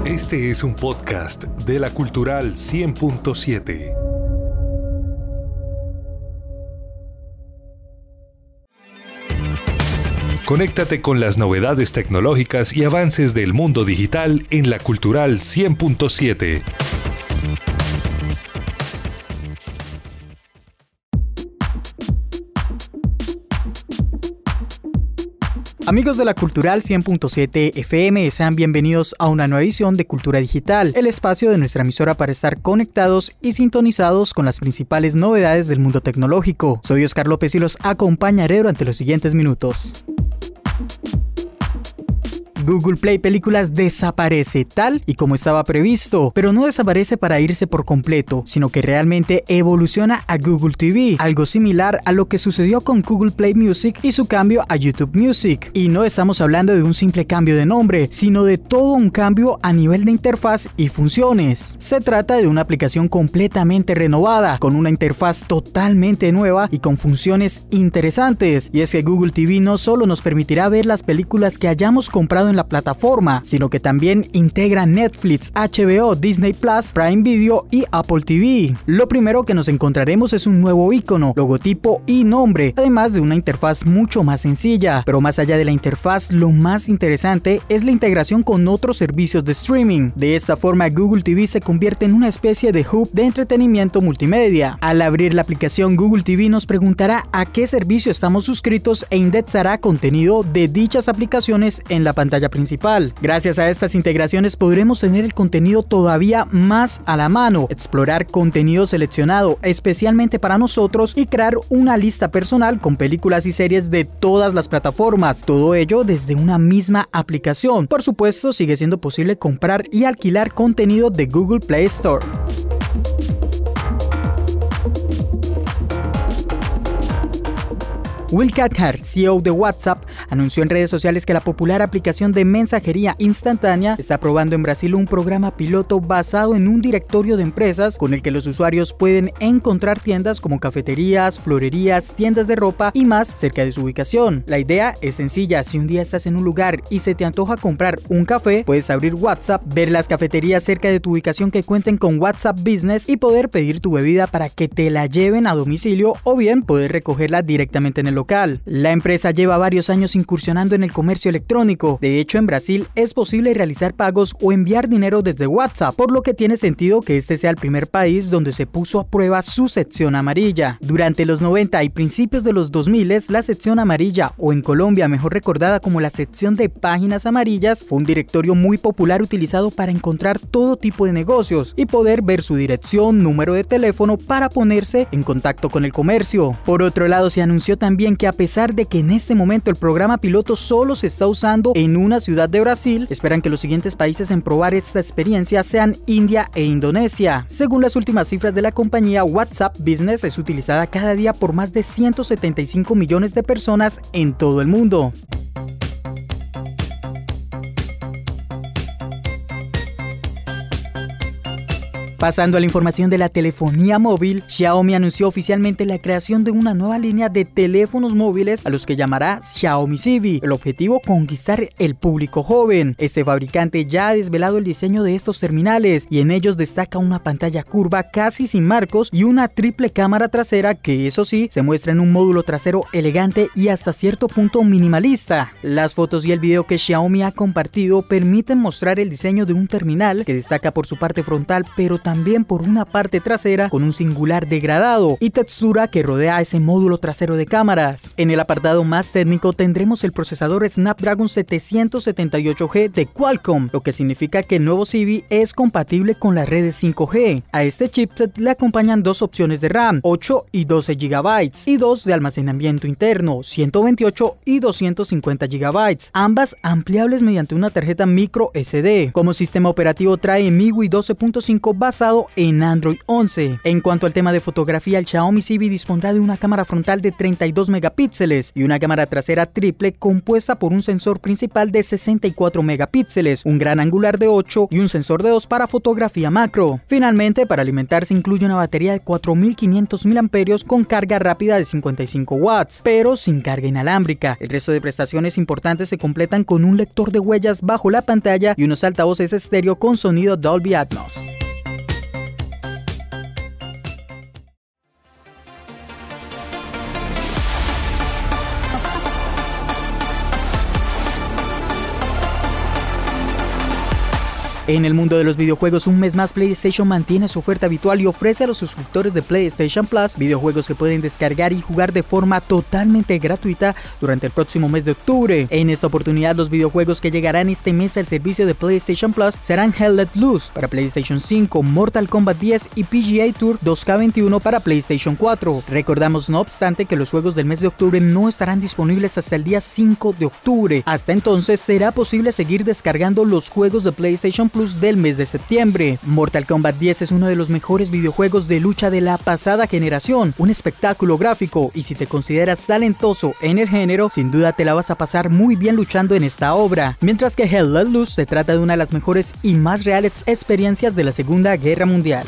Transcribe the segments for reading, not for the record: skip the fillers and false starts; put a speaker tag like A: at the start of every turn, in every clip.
A: Este es un podcast de La Cultural 100.7. Conéctate con las novedades tecnológicas y avances del mundo digital en La Cultural 100.7.
B: Amigos de La Cultural 100.7 FM, sean bienvenidos a una nueva edición de Cultura Digital, el espacio de nuestra emisora para estar conectados y sintonizados con las principales novedades del mundo tecnológico. Soy Oscar López y los acompañaré durante los siguientes minutos. Google Play Películas desaparece tal y como estaba previsto, pero no desaparece para irse por completo, sino que realmente evoluciona a Google TV, algo similar a lo que sucedió con Google Play Music y su cambio a YouTube Music. Y no estamos hablando de un simple cambio de nombre, sino de todo un cambio a nivel de interfaz y funciones. Se trata de una aplicación completamente renovada, con una interfaz totalmente nueva y con funciones interesantes. Y es que Google TV no solo nos permitirá ver las películas que hayamos comprado en la plataforma, sino que también integra Netflix, HBO, Disney Plus, Prime Video y Apple TV. Lo primero que nos encontraremos es un nuevo icono, logotipo y nombre, además de una interfaz mucho más sencilla. Pero más allá de la interfaz, lo más interesante es la integración con otros servicios de streaming. De esta forma, Google TV se convierte en una especie de hub de entretenimiento multimedia. Al abrir la aplicación, Google TV nos preguntará a qué servicio estamos suscritos e indexará contenido de dichas aplicaciones en la pantalla principal. Gracias a estas integraciones podremos tener el contenido todavía más a la mano, explorar contenido seleccionado especialmente para nosotros y crear una lista personal con películas y series de todas las plataformas, todo ello desde una misma aplicación. Por supuesto, sigue siendo posible comprar y alquilar contenido de Google Play Store. Will Cathcart, CEO de WhatsApp, anunció en redes sociales que la popular aplicación de mensajería instantánea está probando en Brasil un programa piloto basado en un directorio de empresas con el que los usuarios pueden encontrar tiendas como cafeterías, florerías, tiendas de ropa y más cerca de su ubicación. La idea es sencilla: si un día estás en un lugar y se te antoja comprar un café, puedes abrir WhatsApp, ver las cafeterías cerca de tu ubicación que cuenten con WhatsApp Business y poder pedir tu bebida para que te la lleven a domicilio o bien poder recogerla directamente en el local. La empresa lleva varios años incursionando en el comercio electrónico. De hecho, en Brasil es posible realizar pagos o enviar dinero desde WhatsApp, por lo que tiene sentido que este sea el primer país donde se puso a prueba su sección amarilla. Durante los 90 y principios de los 2000, la sección amarilla, o en Colombia mejor recordada como la sección de páginas amarillas, fue un directorio muy popular utilizado para encontrar todo tipo de negocios y poder ver su dirección, número de teléfono para ponerse en contacto con el comercio. Por otro lado, se anunció también que a pesar de que en este momento el programa piloto solo se está usando en una ciudad de Brasil, esperan que los siguientes países en probar esta experiencia sean India e Indonesia. Según las últimas cifras de la compañía, WhatsApp Business es utilizada cada día por más de 175 millones de personas en todo el mundo. Pasando a la información de la telefonía móvil, Xiaomi anunció oficialmente la creación de una nueva línea de teléfonos móviles a los que llamará Xiaomi Civi. El objetivo: conquistar el público joven. Este fabricante ya ha desvelado el diseño de estos terminales y en ellos destaca una pantalla curva casi sin marcos y una triple cámara trasera que, eso sí, se muestra en un módulo trasero elegante y hasta cierto punto minimalista. Las fotos y el video que Xiaomi ha compartido permiten mostrar el diseño de un terminal que destaca por su parte frontal, pero también por una parte trasera con un singular degradado y textura que rodea ese módulo trasero de cámaras. En el apartado más técnico tendremos el procesador Snapdragon 778G de Qualcomm, lo que significa que el nuevo Civi es compatible con las redes 5G. A este chipset le acompañan dos opciones de RAM, 8 y 12 GB, y dos de almacenamiento interno, 128 y 250 GB, ambas ampliables mediante una tarjeta micro SD. Como sistema operativo trae MIUI 12.5 basado basado en Android 11. En cuanto al tema de fotografía, el Xiaomi Civi dispondrá de una cámara frontal de 32 megapíxeles y una cámara trasera triple compuesta por un sensor principal de 64 megapíxeles, un gran angular de 8 y un sensor de 2 para fotografía macro. Finalmente, para alimentarse incluye una batería de 4500 mAh con carga rápida de 55 watts, pero sin carga inalámbrica. El resto de prestaciones importantes se completan con un lector de huellas bajo la pantalla y unos altavoces estéreo con sonido Dolby Atmos. En el mundo de los videojuegos, un mes más PlayStation mantiene su oferta habitual y ofrece a los suscriptores de PlayStation Plus videojuegos que pueden descargar y jugar de forma totalmente gratuita durante el próximo mes de octubre. En esta oportunidad, los videojuegos que llegarán este mes al servicio de PlayStation Plus serán Hell Let Loose para PlayStation 5, Mortal Kombat 10 y PGA Tour 2K21 para PlayStation 4. Recordamos, no obstante, que los juegos del mes de octubre no estarán disponibles hasta el día 5 de octubre. Hasta entonces, será posible seguir descargando los juegos de PlayStation Plus del mes de septiembre. Mortal Kombat 10 es uno de los mejores videojuegos de lucha de la pasada generación, un espectáculo gráfico, y si te consideras talentoso en el género, sin duda te la vas a pasar muy bien luchando en esta obra. Mientras que Hell Let Loose se trata de una de las mejores y más reales experiencias de la Segunda Guerra Mundial.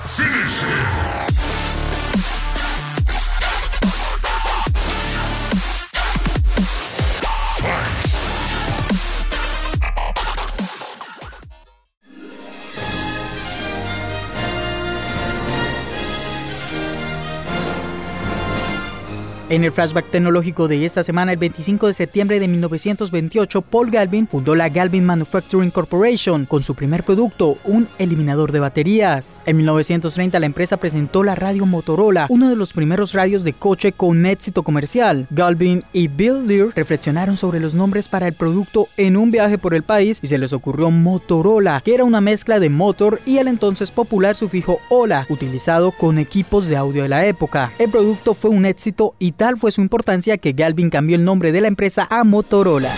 B: En el flashback tecnológico de esta semana, el 25 de septiembre de 1928, Paul Galvin fundó la Galvin Manufacturing Corporation con su primer producto, un eliminador de baterías. En 1930, la empresa presentó la radio Motorola, uno de los primeros radios de coche con éxito comercial. Galvin y Bill Lear reflexionaron sobre los nombres para el producto en un viaje por el país y se les ocurrió Motorola, que era una mezcla de motor y el entonces popular sufijo ola, utilizado con equipos de audio de la época. El producto fue un éxito y tal fue su importancia que Galvin cambió el nombre de la empresa a Motorola.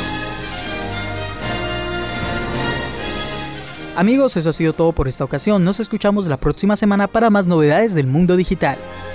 B: Amigos, eso ha sido todo por esta ocasión. Nos escuchamos la próxima semana para más novedades del mundo digital.